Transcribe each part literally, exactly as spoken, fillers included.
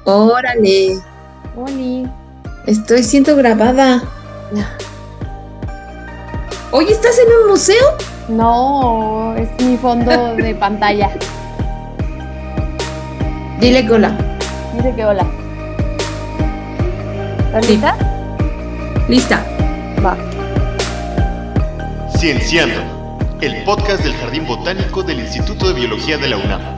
Órale, Oli. estoy siendo grabada. Oye, ¿estás en un museo? No, es mi fondo de pantalla. Dile que hola. Dice que hola. ¿Estás Sí. lista? Lista. Va. Cienciando, el podcast del Jardín Botánico del Instituto de Biología de la UNAM.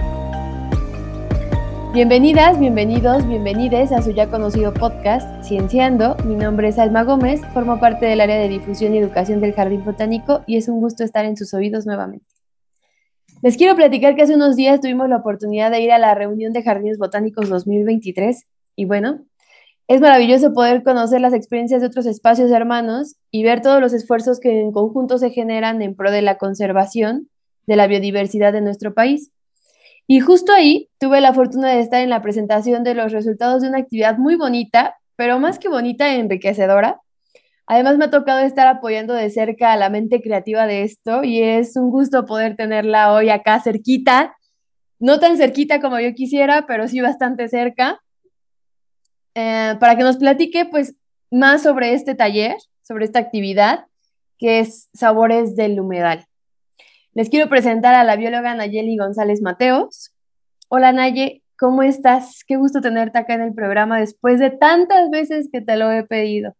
Bienvenidas, bienvenidos, bienvenides a su ya conocido podcast, Cienciando. Mi nombre es Alma Gómez, formo parte del área de difusión y educación del Jardín Botánico y es un gusto estar en sus oídos nuevamente. Les quiero platicar que hace unos días tuvimos la oportunidad de ir a la reunión de Jardines Botánicos dos mil veintitrés y bueno, es maravilloso poder conocer las experiencias de otros espacios hermanos y ver todos los esfuerzos que en conjunto se generan en pro de la conservación de la biodiversidad de nuestro país. Y justo ahí tuve la fortuna de estar en la presentación de los resultados de una actividad muy bonita, pero más que bonita, enriquecedora. Además me ha tocado estar apoyando de cerca a la mente creativa de esto y es un gusto poder tenerla hoy acá cerquita, no tan cerquita como yo quisiera, pero sí bastante cerca, eh, para que nos platique pues más sobre este taller, sobre esta actividad que es Sabores del Humedal. Les quiero presentar a la bióloga Nayeli González Mateos. Hola Naye, ¿cómo estás? Qué gusto tenerte acá en el programa después de tantas veces que te lo he pedido.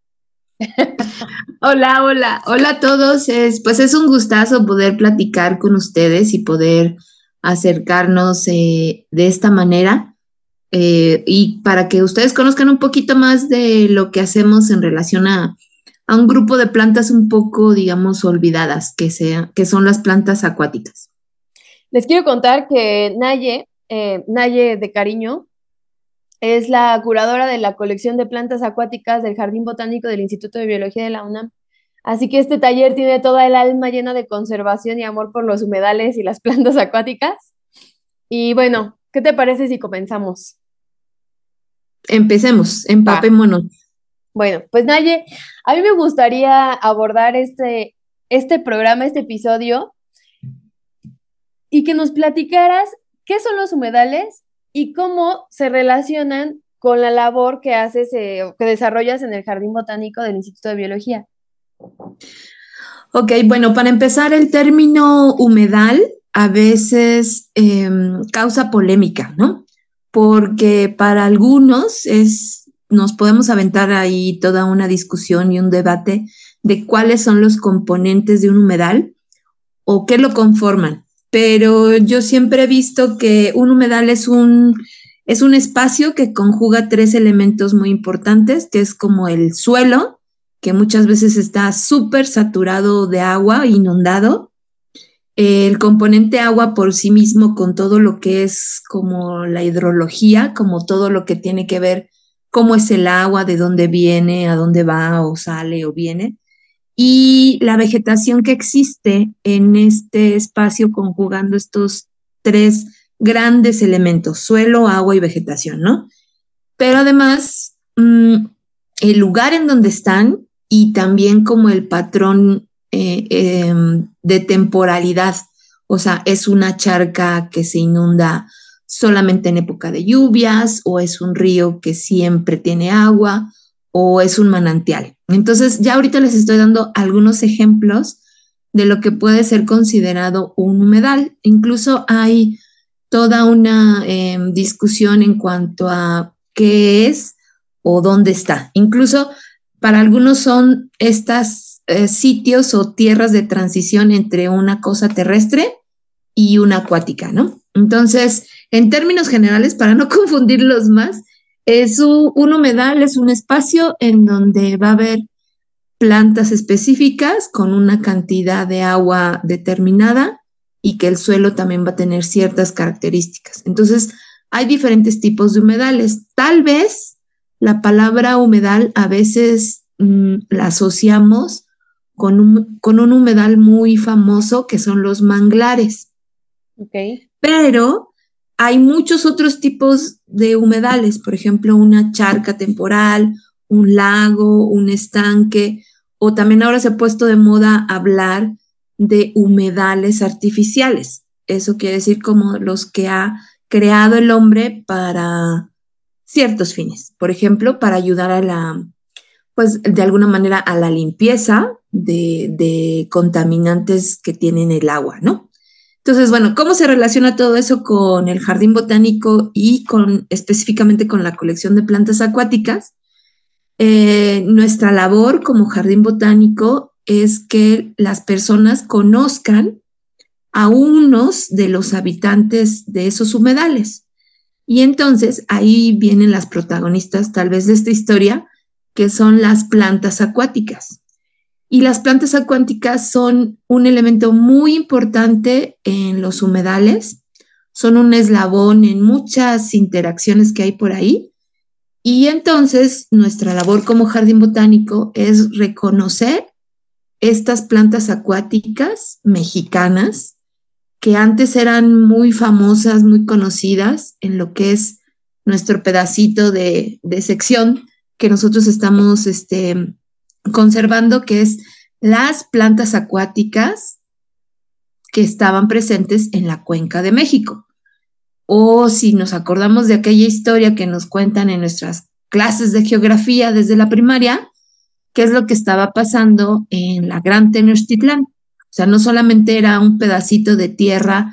Hola, hola, hola a todos. Es, pues es un gustazo poder platicar con ustedes y poder acercarnos eh, de esta manera eh, y para que ustedes conozcan un poquito más de lo que hacemos en relación a, a un grupo de plantas un poco, digamos, olvidadas, que, sea, que son las plantas acuáticas. Les quiero contar que Naye, eh, Naye de cariño, es la curadora de la colección de plantas acuáticas del Jardín Botánico del Instituto de Biología de la UNAM. Así que este taller tiene toda el alma llena de conservación y amor por los humedales y las plantas acuáticas. Y bueno, ¿qué te parece si comenzamos? Empecemos, empapémonos. Bueno, pues Naye, a mí me gustaría abordar este, este programa, este episodio, y que nos platicaras qué son los humedales y cómo se relacionan con la labor que haces eh, o que desarrollas en el Jardín Botánico del Instituto de Biología. Ok, bueno, para empezar, el término humedal a veces eh, causa polémica, ¿no? Porque para algunos es, nos podemos aventar ahí toda una discusión y un debate de cuáles son los componentes de un humedal o qué lo conforman. Pero yo siempre he visto que un humedal es un, es un espacio que conjuga tres elementos muy importantes, que es como el suelo, que muchas veces está súper saturado de agua, inundado. El componente agua por sí mismo con todo lo que es como la hidrología, como todo lo que tiene que ver cómo es el agua, de dónde viene, a dónde va o sale o viene. Y la vegetación que existe en este espacio conjugando estos tres grandes elementos, suelo, agua y vegetación, ¿no? Pero además, mmm, el lugar en donde están y también como el patrón eh, eh, de temporalidad, o sea, es una charca que se inunda solamente en época de lluvias, o es un río que siempre tiene agua, o es un manantial. Entonces, ya ahorita les estoy dando algunos ejemplos de lo que puede ser considerado un humedal. Incluso hay toda una eh, discusión en cuanto a qué es o dónde está. Incluso para algunos son estos eh, sitios o tierras de transición entre una cosa terrestre y una acuática, ¿no? Entonces, en términos generales, para no confundirlos más, es un, un humedal, es un espacio en donde va a haber plantas específicas con una cantidad de agua determinada y que el suelo también va a tener ciertas características. Entonces, hay diferentes tipos de humedales. Tal vez la palabra humedal a veces mmm, la asociamos con un, con un humedal muy famoso que son los manglares. Okay. Pero hay muchos otros tipos de humedales, por ejemplo, una charca temporal, un lago, un estanque, o también ahora se ha puesto de moda hablar de humedales artificiales. Eso quiere decir como los que ha creado el hombre para ciertos fines. Por ejemplo, para ayudar a la, pues de alguna manera a la limpieza de, de contaminantes que tienen el agua, ¿no? Entonces, bueno, ¿cómo se relaciona todo eso con el jardín botánico y con específicamente con la colección de plantas acuáticas? Eh, nuestra labor como jardín botánico es que las personas conozcan a unos de los habitantes de esos humedales. Y entonces ahí vienen las protagonistas tal vez de esta historia, que son las plantas acuáticas. Y las plantas acuáticas son un elemento muy importante en los humedales, son un eslabón en muchas interacciones que hay por ahí. Y entonces nuestra labor como jardín botánico es reconocer estas plantas acuáticas mexicanas que antes eran muy famosas, muy conocidas en lo que es nuestro pedacito de, de sección que nosotros estamos este, conservando, que es las plantas acuáticas que estaban presentes en la Cuenca de México. O si nos acordamos de aquella historia que nos cuentan en nuestras clases de geografía desde la primaria, qué es lo que estaba pasando en la Gran Tenochtitlán. O sea, no solamente era un pedacito de tierra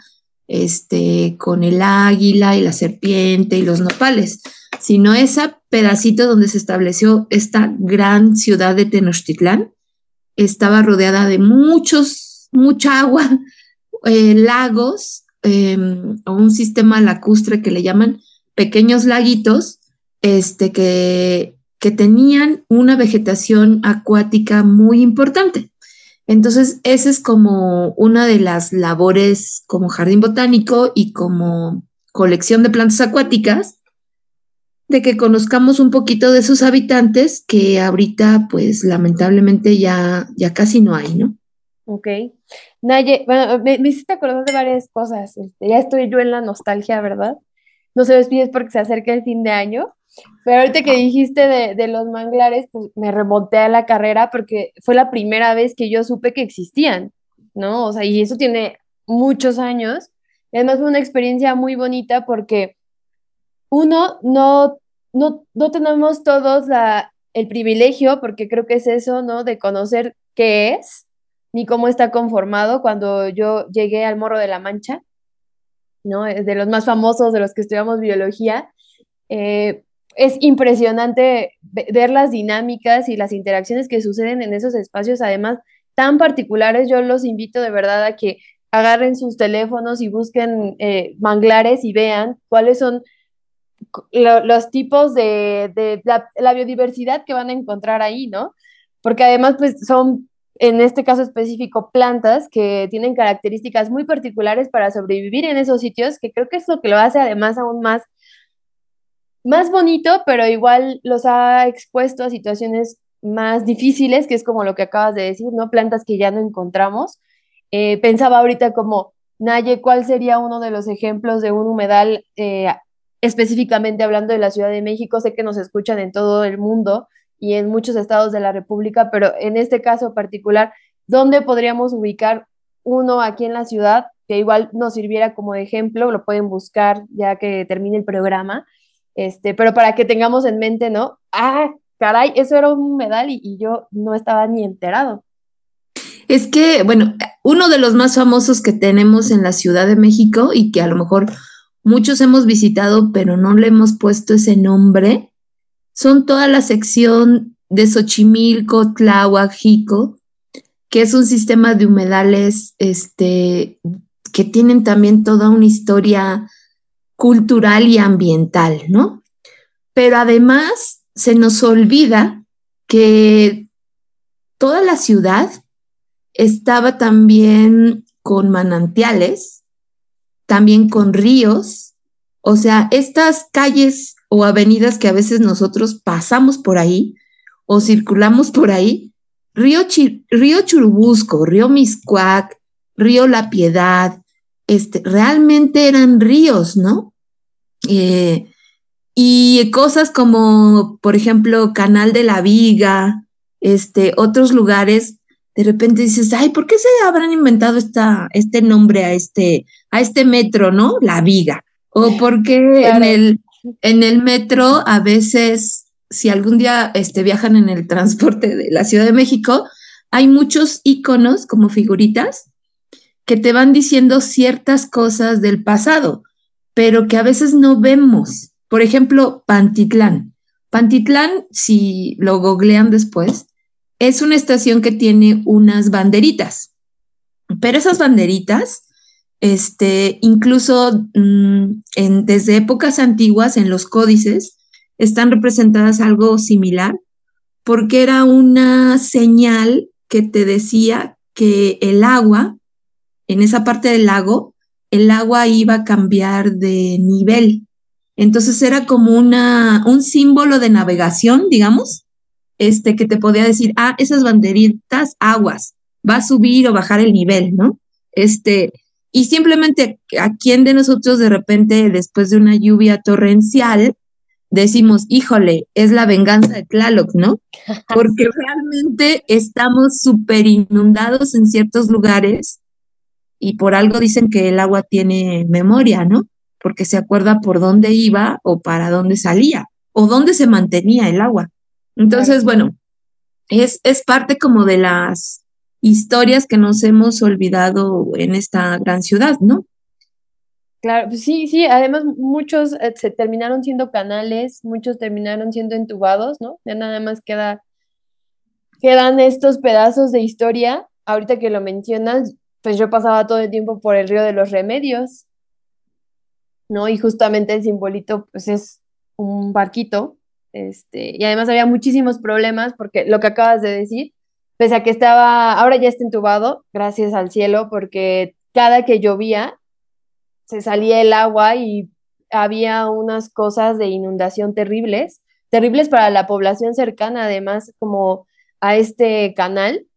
este, con el águila y la serpiente y los nopales, sino ese pedacito donde se estableció esta gran ciudad de Tenochtitlán estaba rodeada de muchos, mucha agua, eh, lagos, eh, o un sistema lacustre que le llaman pequeños laguitos, este, que, que tenían una vegetación acuática muy importante. Entonces, esa es como una de las labores como jardín botánico y como colección de plantas acuáticas, de que conozcamos un poquito de sus habitantes que ahorita, pues, lamentablemente ya, ya casi no hay, ¿no? Ok. Naye, bueno, me, me hiciste acordar de varias cosas. Este, ya estoy yo en la nostalgia, ¿verdad? No se despides porque se acerca el fin de año. Pero ahorita que dijiste de, de los manglares, pues me remonté a la carrera porque fue la primera vez que yo supe que existían, ¿no? O sea, y eso tiene muchos años. Y además fue una experiencia muy bonita porque uno, no, no, no tenemos todos la, el privilegio, porque creo que es eso, ¿no? De conocer qué es, ni cómo está conformado. Cuando yo llegué al Morro de la Mancha, ¿no? Es de los más famosos, de los que estudiamos biología. Eh, es impresionante ver las dinámicas y las interacciones que suceden en esos espacios, además tan particulares. Yo los invito de verdad a que agarren sus teléfonos y busquen eh, manglares y vean cuáles son lo, los tipos de, de la, la biodiversidad que van a encontrar ahí, ¿no? Porque además pues son, en este caso específico, plantas que tienen características muy particulares para sobrevivir en esos sitios, que creo que es lo que lo hace además aún más más bonito, pero igual los ha expuesto a situaciones más difíciles, que es como lo que acabas de decir, ¿no? Plantas que ya no encontramos. Eh, pensaba ahorita como, Naye, ¿cuál sería uno de los ejemplos de un humedal, eh, específicamente hablando de la Ciudad de México? Sé que nos escuchan en todo el mundo y en muchos estados de la República, pero en este caso particular, ¿dónde podríamos ubicar uno aquí en la ciudad que igual nos sirviera como ejemplo? Lo pueden buscar ya que termine el programa. Este, pero para que tengamos en mente, ¿no? Ah, caray, eso era un humedal y, y yo no estaba ni enterado. Es que, bueno, uno de los más famosos que tenemos en la Ciudad de México y que a lo mejor muchos hemos visitado, pero no le hemos puesto ese nombre, son toda la sección de Xochimilco, Tláhuac, Jico, que es un sistema de humedales este, que tienen también toda una historia cultural y ambiental, ¿no? Pero además se nos olvida que toda la ciudad estaba también con manantiales, también con ríos, o sea, estas calles o avenidas que a veces nosotros pasamos por ahí o circulamos por ahí, río, Chi- río Churubusco, río Mixcoac, río La Piedad, este, realmente eran ríos, ¿no? Eh, y cosas como, por ejemplo, Canal de la Viga, este, otros lugares, de repente dices, ay, ¿por qué se habrán inventado esta, este nombre a este, a este metro, ¿no? La Viga. O porque en Claro. el, En el metro, a veces, si algún día este, viajan en el transporte de la Ciudad de México, hay muchos iconos como figuritas que te van diciendo ciertas cosas del pasado, pero que a veces no vemos. Por ejemplo, Pantitlán. Pantitlán, si lo googlean después, es una estación que tiene unas banderitas, pero esas banderitas, este, incluso mmm, en, desde épocas antiguas en los códices, están representadas algo similar, porque era una señal que te decía que el agua, en esa parte del lago, el agua iba a cambiar de nivel. Entonces era como una, un símbolo de navegación, digamos, este, que te podía decir, ah, esas banderitas, aguas, va a subir o bajar el nivel, ¿no? Este, y simplemente, ¿a quién de nosotros de repente, después de una lluvia torrencial, decimos, híjole, es la venganza de Tlaloc, ¿no? Porque realmente estamos súper inundados en ciertos lugares y por algo dicen que el agua tiene memoria, ¿no? Porque se acuerda por dónde iba o para dónde salía o dónde se mantenía el agua. Entonces, bueno, es, es parte como de las historias que nos hemos olvidado en esta gran ciudad, ¿no? Claro, pues sí, sí, además muchos eh, se terminaron siendo canales, muchos terminaron siendo entubados, ¿no? Ya nada más queda, quedan estos pedazos de historia. Ahorita que lo mencionas, pues yo pasaba todo el tiempo por el río de los Remedios, ¿no? Y justamente el simbolito, pues es un barquito, este, y además había muchísimos problemas porque lo que acabas de decir, pese a que estaba, ahora ya está entubado, gracias al cielo, porque cada que llovía, se salía el agua y había unas cosas de inundación terribles, terribles para la población cercana, además, como a este canal,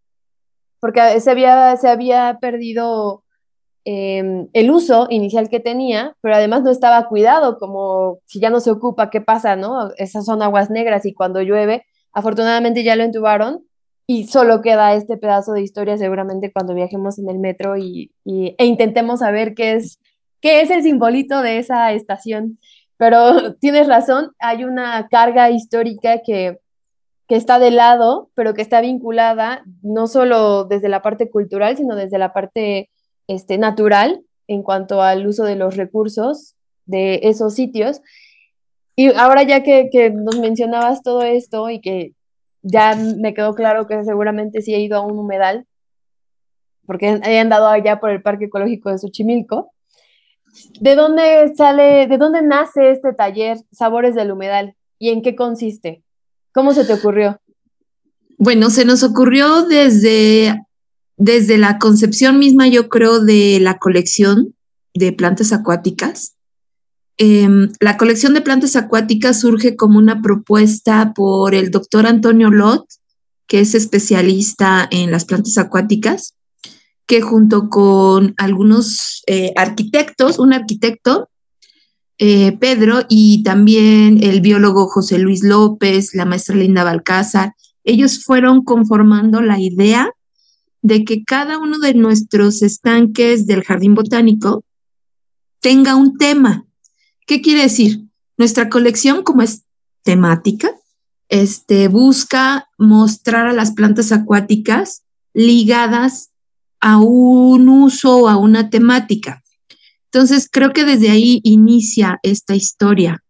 porque se había, se había perdido eh, el uso inicial que tenía, pero además no estaba cuidado, como si ya no se ocupa, ¿qué pasa, no? Esas son aguas negras y cuando llueve, afortunadamente ya lo entubaron y solo queda este pedazo de historia seguramente cuando viajemos en el metro y, y, e intentemos saber qué es, qué es el simbolito de esa estación. Pero tienes razón, hay una carga histórica que, que está de lado, pero que está vinculada no solo desde la parte cultural, sino desde la parte este, natural en cuanto al uso de los recursos de esos sitios. Y ahora ya que, que nos mencionabas todo esto y que ya me quedó claro que seguramente sí he ido a un humedal, porque he andado allá por el Parque Ecológico de Xochimilco. ¿De dónde sale, de dónde nace este taller Sabores del Humedal y en qué consiste? ¿Cómo se te ocurrió? Bueno, se nos ocurrió desde, desde la concepción misma, yo creo, de la colección de plantas acuáticas. Eh, la colección de plantas acuáticas surge como una propuesta por el doctor Antonio Lot, que es especialista en las plantas acuáticas, que junto con algunos eh, arquitectos, un arquitecto, eh, Pedro, y también el biólogo José Luis López, la maestra Linda Balcázar, ellos fueron conformando la idea de que cada uno de nuestros estanques del jardín botánico tenga un tema. ¿Qué quiere decir? Nuestra colección, como es temática, este, busca mostrar a las plantas acuáticas ligadas a un uso o a una temática. Entonces, creo que desde ahí inicia esta historia,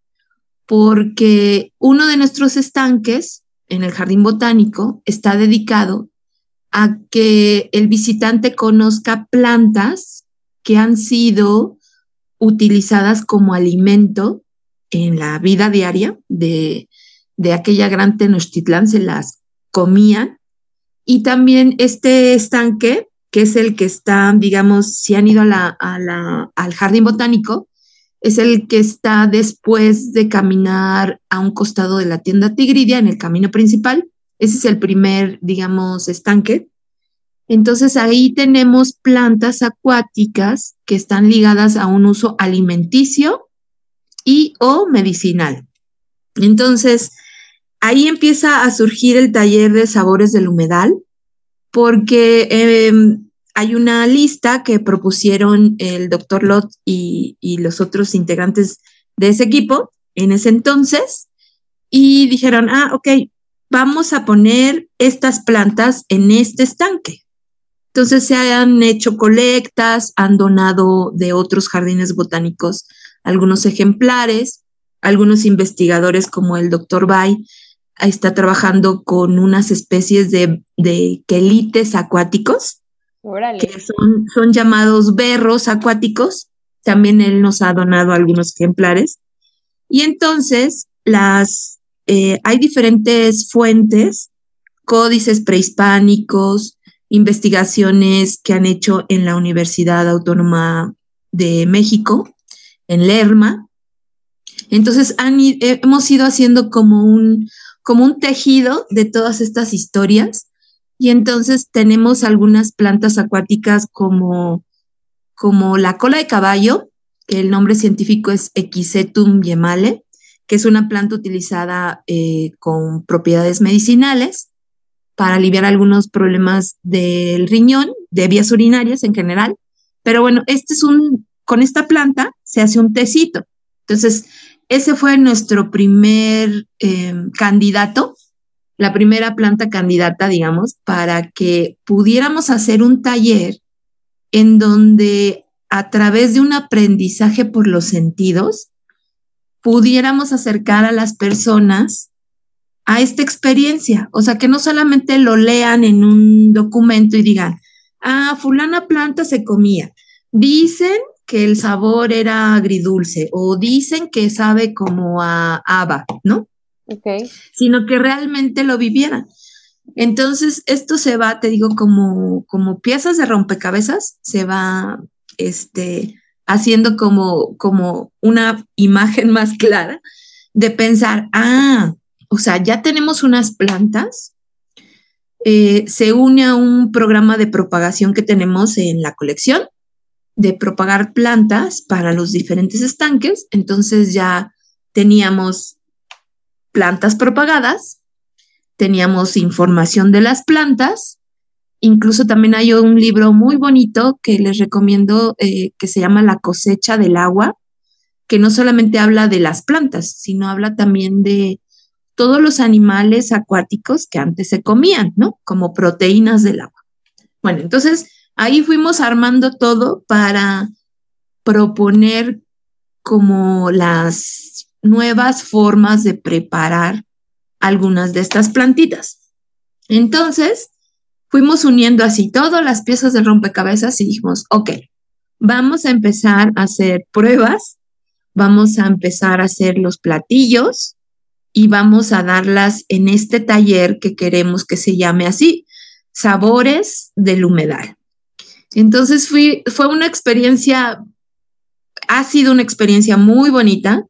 porque uno de nuestros estanques en el jardín botánico está dedicado a que el visitante conozca plantas que han sido utilizadas como alimento en la vida diaria de, de aquella gran Tenochtitlán, se las comían. Y también este estanque, que es el que está, digamos, si han ido a la, a la, al jardín botánico, es el que está después de caminar a un costado de la tienda Tigridia, en el camino principal. Ese es el primer, digamos, estanque. Entonces ahí tenemos plantas acuáticas que están ligadas a un uso alimenticio y o medicinal. Entonces ahí empieza a surgir el taller de Sabores del Humedal, porque eh, hay una lista que propusieron el doctor Lot y, y los otros integrantes de ese equipo en ese entonces y dijeron, ah, ok, vamos a poner estas plantas en este estanque. Entonces se han hecho colectas, han donado de otros jardines botánicos algunos ejemplares, algunos investigadores como el doctor Bay está trabajando con unas especies de, de quelites acuáticos, Órale. que son, son llamados berros acuáticos. También él nos ha donado algunos ejemplares. Y entonces las, eh, hay diferentes fuentes, códices prehispánicos, investigaciones que han hecho en la Universidad Autónoma de México, en Lerma. Entonces han, hemos ido haciendo como un, como un tejido de todas estas historias y entonces tenemos algunas plantas acuáticas como, como la cola de caballo, que el nombre científico es Equisetum yemale, que es una planta utilizada eh, con propiedades medicinales para aliviar algunos problemas del riñón, de vías urinarias en general. Pero bueno, este es un, con esta planta se hace un tecito. Entonces, ese fue nuestro primer eh, candidato, la primera planta candidata, digamos, para que pudiéramos hacer un taller en donde a través de un aprendizaje por los sentidos, pudiéramos acercar a las personas a esta experiencia. O sea, que no solamente lo lean en un documento y digan, ah, fulana planta se comía. Dicen que el sabor era agridulce o dicen que sabe como a haba, ¿no? Okay. Sino que realmente lo vivieran. Entonces, esto se va, te digo, como, como piezas de rompecabezas, se va este, haciendo como, como una imagen más clara de pensar, ah, o sea, ya tenemos unas plantas, eh, se une a un programa de propagación que tenemos en la colección, de propagar plantas para los diferentes estanques, entonces ya teníamos plantas propagadas, teníamos información de las plantas, incluso también hay un libro muy bonito que les recomiendo eh, que se llama La cosecha del agua, que no solamente habla de las plantas, sino habla también de todos los animales acuáticos que antes se comían, ¿no? Como proteínas del agua. Bueno, entonces ahí fuimos armando todo para proponer como las nuevas formas de preparar algunas de estas plantitas. Entonces, fuimos uniendo así todas las piezas del rompecabezas y dijimos, ok, vamos a empezar a hacer pruebas, vamos a empezar a hacer los platillos y vamos a darlas en este taller que queremos que se llame así, Sabores del Humedal. Entonces fui, fue una experiencia, ha sido una experiencia muy bonita,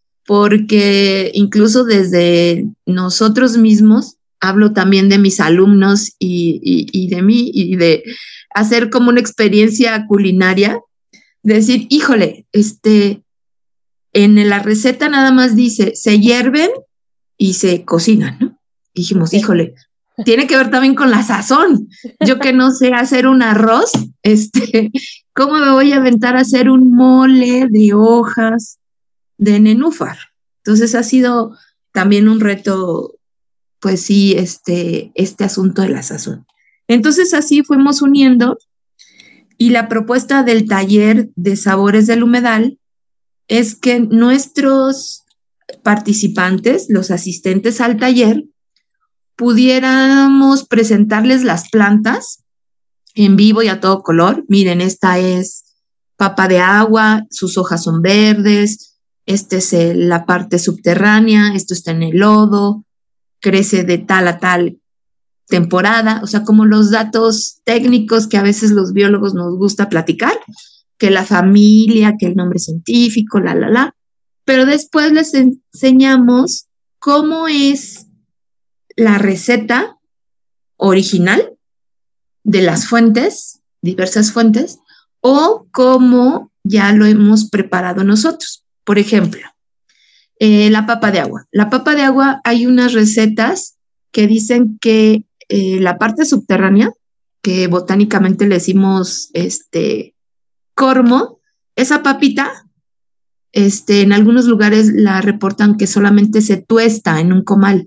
porque incluso desde nosotros mismos, hablo también de mis alumnos y, y, y de mí, y de hacer como una experiencia culinaria, decir, híjole, este, en la receta nada más dice, se hierven y se cocinan, ¿no? Dijimos, híjole, tiene que ver también con la sazón. Yo que no sé hacer un arroz, este, ¿cómo me voy a aventar a hacer un mole de hojas de nenúfar? Entonces ha sido también un reto, pues sí, este, este asunto de la sazón. Entonces así fuimos uniendo y la propuesta del taller de Sabores del Humedal es que nuestros participantes, los asistentes al taller, pudiéramos presentarles las plantas en vivo y a todo color. Miren, esta es papa de agua, sus hojas son verdes, esta es el, la parte subterránea, esto está en el lodo, crece de tal a tal temporada, o sea, como los datos técnicos que a veces los biólogos nos gusta platicar, que la familia, que el nombre científico, la, la, la, pero después les enseñamos cómo es la receta original de las fuentes, diversas fuentes, o cómo ya lo hemos preparado nosotros. Por ejemplo, eh, la papa de agua. La papa de agua, hay unas recetas que dicen que eh, la parte subterránea, que botánicamente le decimos este, cormo, esa papita Este, en algunos lugares la reportan que solamente se tuesta en un comal,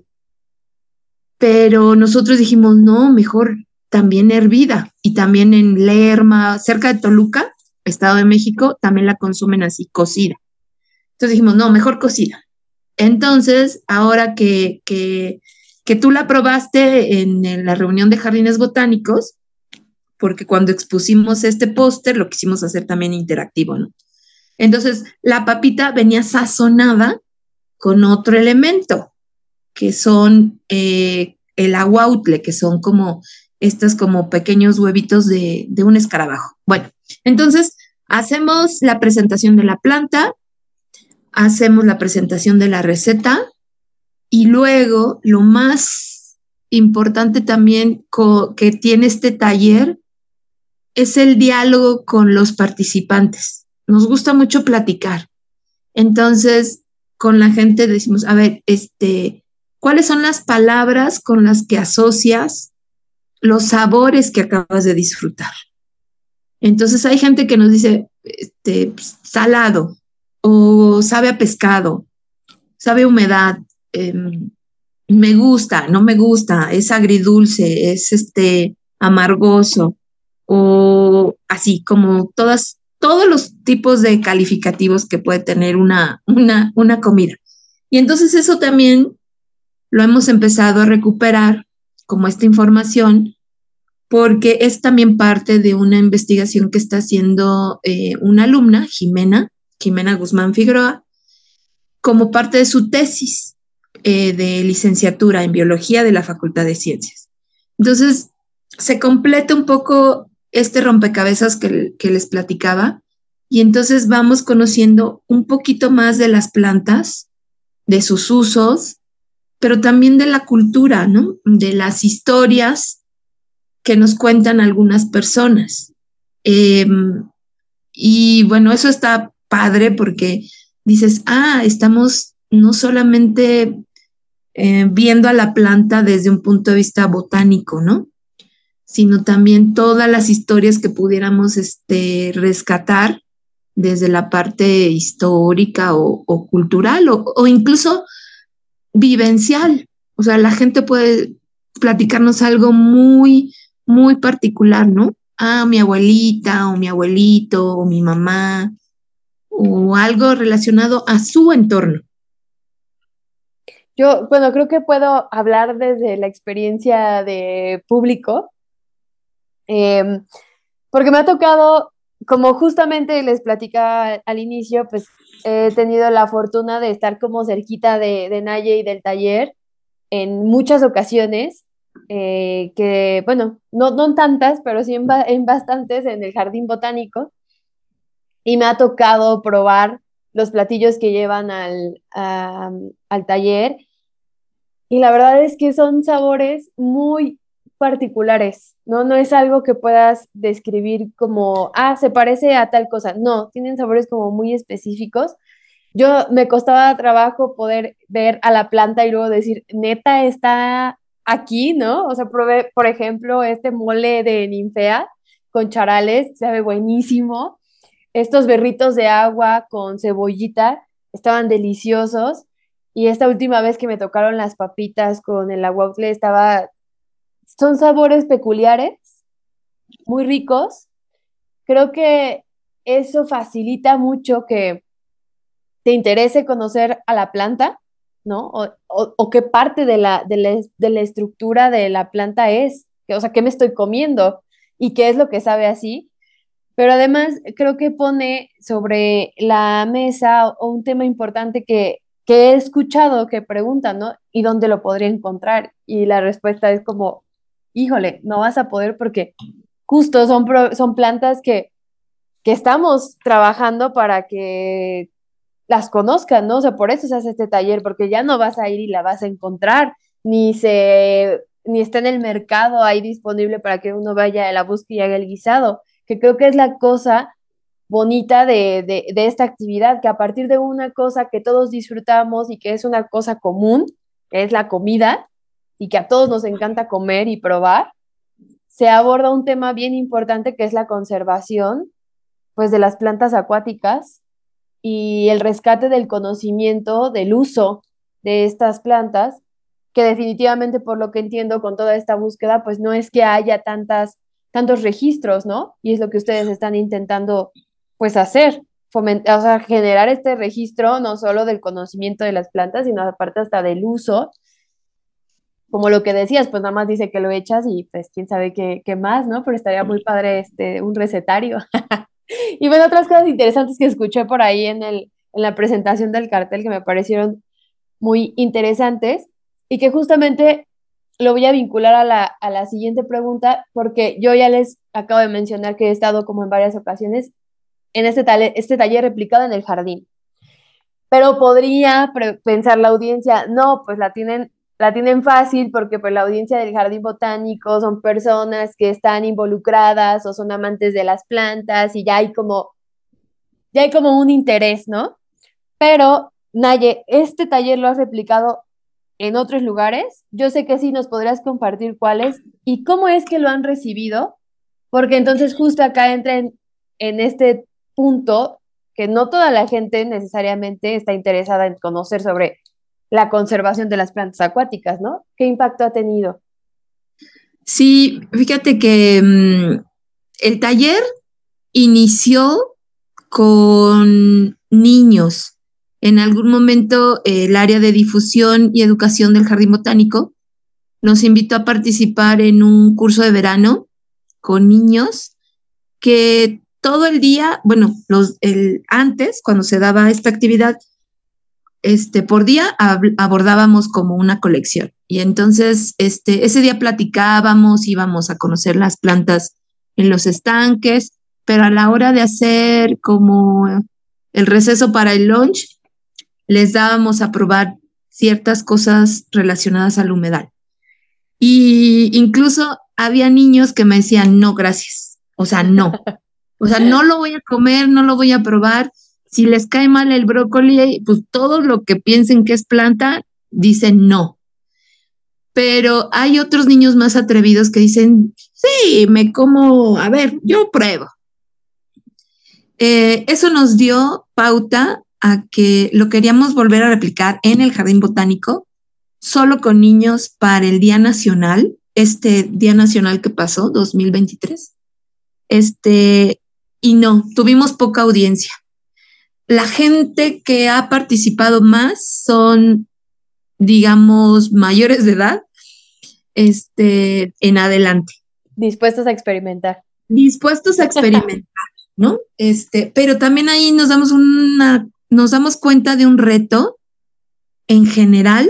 pero nosotros dijimos, no, mejor también hervida. Y también en Lerma, cerca de Toluca, Estado de México, también la consumen así, cocida. Entonces dijimos, no, mejor cocida. Entonces, ahora que, que, que tú la probaste en, en la reunión de jardines botánicos, porque cuando expusimos este póster lo quisimos hacer también interactivo, ¿no? Entonces, la papita venía sazonada con otro elemento, que son eh, el aguautle, que son como estos como pequeños huevitos de, de un escarabajo. Bueno, entonces hacemos la presentación de la planta, hacemos la presentación de la receta y luego lo más importante también que tiene este taller es el diálogo con los participantes. Nos gusta mucho platicar. Entonces, con la gente decimos, a ver, este, ¿cuáles son las palabras con las que asocias los sabores que acabas de disfrutar? Entonces hay gente que nos dice, este, salado, o sabe a pescado, sabe a humedad, eh, me gusta, no me gusta, es agridulce, es este amargoso, o así como todas, todos los tipos de calificativos que puede tener una, una, una comida. Y entonces eso también lo hemos empezado a recuperar como esta información, porque es también parte de una investigación que está haciendo eh, una alumna, Jimena, Jimena Guzmán Figueroa, como parte de su tesis eh, de licenciatura en biología de la Facultad de Ciencias. Entonces, se completa un poco este rompecabezas que, que les platicaba, y entonces vamos conociendo un poquito más de las plantas, de sus usos, pero también de la cultura, ¿no? De las historias que nos cuentan algunas personas. Eh, y bueno, eso está padre porque dices, ah, estamos no solamente eh, viendo a la planta desde un punto de vista botánico, ¿no? Sino también todas las historias que pudiéramos este, rescatar desde la parte histórica o, o cultural o, o incluso vivencial. O sea, la gente puede platicarnos algo muy, muy particular, ¿no? Ah, mi abuelita o mi abuelito o mi mamá o algo relacionado a su entorno. Yo, bueno, creo que puedo hablar desde la experiencia de público, eh, porque me ha tocado, como justamente les platicaba al inicio, pues he tenido la fortuna de estar como cerquita de, de Naye y del taller en muchas ocasiones, eh, que, bueno, no, no en tantas, pero sí en, ba en bastantes en el jardín botánico, y me ha tocado probar los platillos que llevan al, a, al taller, y la verdad es que son sabores muy particulares, ¿no? No es algo que puedas describir como, ah, se parece a tal cosa. No, tienen sabores como muy específicos. Yo me costaba trabajo poder ver a la planta y luego decir, neta, está aquí, ¿no? O sea, probé, por ejemplo, este mole de ninfea con charales, sabe buenísimo. Estos berritos de agua con cebollita estaban deliciosos. Y esta última vez que me tocaron las papitas con el aguautle estaba, son sabores peculiares, muy ricos. Creo que eso facilita mucho que te interese conocer a la planta, ¿no? O, o, o qué parte de la, de, la, de la estructura de la planta es, o sea, qué me estoy comiendo y qué es lo que sabe así. Pero además creo que pone sobre la mesa o un tema importante que, que he escuchado que preguntan, ¿no? ¿Y dónde lo podría encontrar? Y la respuesta es como, híjole, no vas a poder porque justo son, pro, son plantas que, que estamos trabajando para que las conozcan, ¿no? O sea, por eso se hace este taller, porque ya no vas a ir y la vas a encontrar, ni se, ni está en el mercado ahí disponible para que uno vaya a la búsqueda y haga el guisado, que creo que es la cosa bonita de, de, de esta actividad, que a partir de una cosa que todos disfrutamos y que es una cosa común, que es la comida, y que a todos nos encanta comer y probar, se aborda un tema bien importante que es la conservación, pues, de las plantas acuáticas y el rescate del conocimiento del uso de estas plantas, que definitivamente, por lo que entiendo con toda esta búsqueda, pues no es que haya tantas, tantos registros, ¿no? Y es lo que ustedes están intentando, pues, hacer, fomentar, o sea, generar este registro no solo del conocimiento de las plantas, sino aparte hasta del uso. Como lo que decías, pues nada más dice que lo echas y pues quién sabe qué, qué más, ¿no? Pero estaría muy padre este, un recetario. Y bueno, otras cosas interesantes que escuché por ahí en, el, en la presentación del cartel que me parecieron muy interesantes y que justamente lo voy a vincular a la, a la siguiente pregunta, porque yo ya les acabo de mencionar que he estado como en varias ocasiones en este, taller, este taller replicado en el jardín. Pero podría pensar la audiencia, no, pues la tienen, la tienen fácil porque pues la audiencia del Jardín Botánico son personas que están involucradas o son amantes de las plantas y ya hay como, ya hay como un interés, ¿no? Pero, Naye, ¿este taller lo has replicado en otros lugares? Yo sé que sí, nos podrías compartir cuáles y cómo es que lo han recibido, porque entonces justo acá entra en, en este punto que no toda la gente necesariamente está interesada en conocer sobre la conservación de las plantas acuáticas, ¿no? ¿Qué impacto ha tenido? Sí, fíjate que um, el taller inició con niños. En algún momento eh, el área de difusión y educación del Jardín Botánico nos invitó a participar en un curso de verano con niños que todo el día, bueno, los, el, antes, cuando se daba esta actividad, este, por día ab- abordábamos como una colección. Y entonces, este, ese día platicábamos, íbamos a conocer las plantas en los estanques, pero a la hora de hacer como el receso para el lunch, les dábamos a probar ciertas cosas relacionadas al humedal. Y incluso había niños que me decían, no, gracias. O sea, no. O sea, no lo voy a comer, no lo voy a probar. Si les cae mal el brócoli, pues todo lo que piensen que es planta, dicen no. Pero hay otros niños más atrevidos que dicen, sí, me como, a ver, yo pruebo. Eh, eso nos dio pauta a que lo queríamos volver a replicar en el Jardín Botánico, solo con niños para el Día Nacional, este Día Nacional que pasó, dos mil veintitrés. Este, y no, tuvimos poca audiencia. La gente que ha participado más son, digamos, mayores de edad, este, en adelante. Dispuestos a experimentar. Dispuestos a experimentar, ¿no? Este, pero también ahí nos damos una, nos damos cuenta de un reto en general,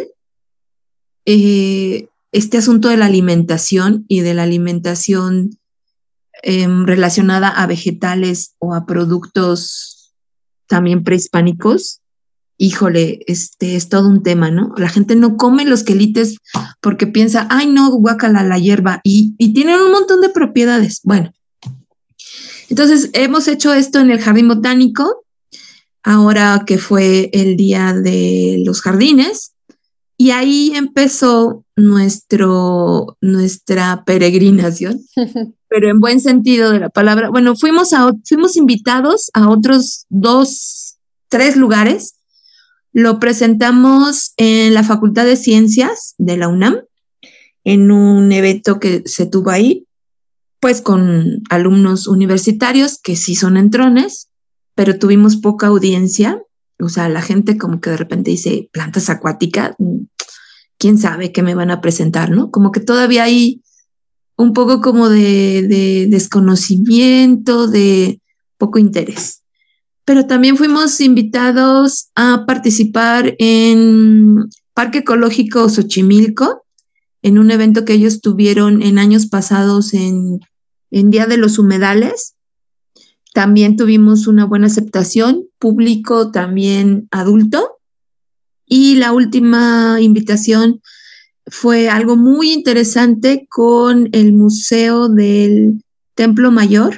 eh, este asunto de la alimentación y de la alimentación eh, relacionada a vegetales o a productos también prehispánicos. Híjole, este es todo un tema, ¿no? La gente no come los quelites porque piensa, ay, no, guácala la hierba, y, y tienen un montón de propiedades. Bueno, entonces hemos hecho esto en el Jardín Botánico, ahora que fue el Día de los Jardines, y ahí empezó nuestro, nuestra peregrinación, pero en buen sentido de la palabra. Bueno, fuimos, a, fuimos invitados a otros dos, tres lugares. Lo presentamos en la Facultad de Ciencias de la UNAM, en un evento que se tuvo ahí, pues con alumnos universitarios que sí son entrones, pero tuvimos poca audiencia. O sea, la gente como que de repente dice, plantas acuáticas, quién sabe qué me van a presentar, ¿no? Como que todavía hay un poco como de, de desconocimiento, de poco interés. Pero también fuimos invitados a participar en Parque Ecológico Xochimilco, en un evento que ellos tuvieron en años pasados en, en Día de los Humedales. También tuvimos una buena aceptación, público también adulto. Y la última invitación fue algo muy interesante con el Museo del Templo Mayor.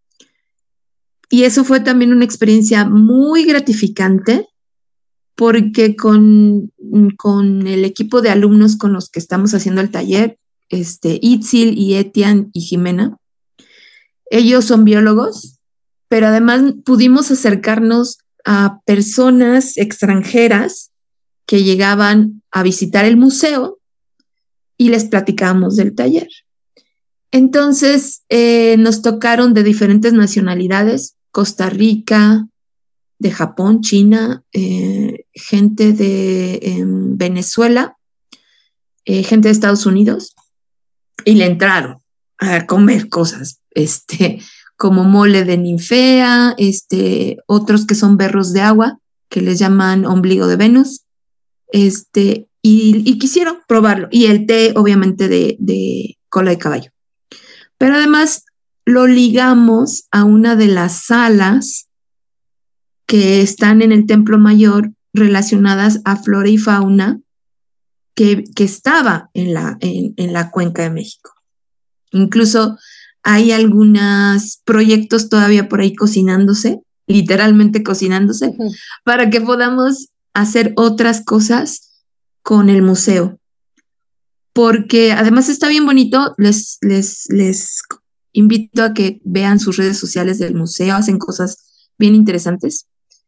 Y eso fue también una experiencia muy gratificante porque con, con el equipo de alumnos con los que estamos haciendo el taller, este, Itzil y Etienne y Jimena, ellos son biólogos, pero además pudimos acercarnos a personas extranjeras que llegaban a visitar el museo y les platicábamos del taller. Entonces, eh, nos tocaron de diferentes nacionalidades, Costa Rica, de Japón, China, eh, gente de eh, Venezuela, eh, gente de Estados Unidos, y le entraron a comer cosas, este, como mole de ninfea, este, otros que son berros de agua, que les llaman ombligo de Venus, este, y, y quisieron probarlo, y el té, obviamente, de, de cola de caballo. Pero además lo ligamos a una de las salas que están en el Templo Mayor relacionadas a flora y fauna que, que estaba en la, en, en la Cuenca de México. Incluso hay algunos proyectos todavía por ahí cocinándose, literalmente cocinándose, uh-huh. para que podamos hacer otras cosas con el museo. Porque además está bien bonito, les, les, les invito a que vean sus redes sociales del museo, hacen cosas bien interesantes.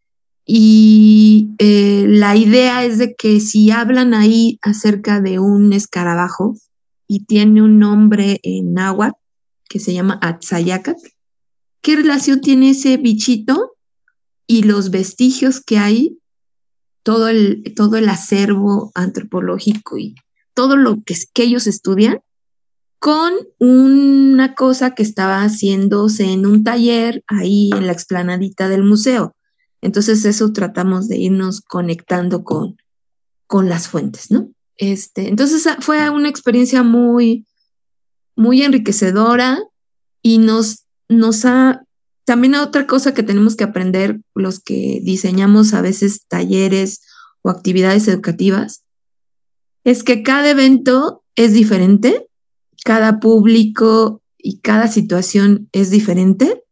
Y eh, la idea es de que si hablan ahí acerca de un escarabajo y tiene un nombre en náhuatl que se llama Atzayacatl, ¿qué relación tiene ese bichito y los vestigios que hay, todo el, todo el acervo antropológico y todo lo que, que ellos estudian, con una cosa que estaba haciéndose en un taller ahí en la explanadita del museo? Entonces eso tratamos de irnos conectando con, con las fuentes, ¿no? Este, entonces fue una experiencia muy, muy enriquecedora y nos, nos ha, también otra cosa que tenemos que aprender los que diseñamos a veces talleres o actividades educativas, es que cada evento es diferente, cada público y cada situación es diferente,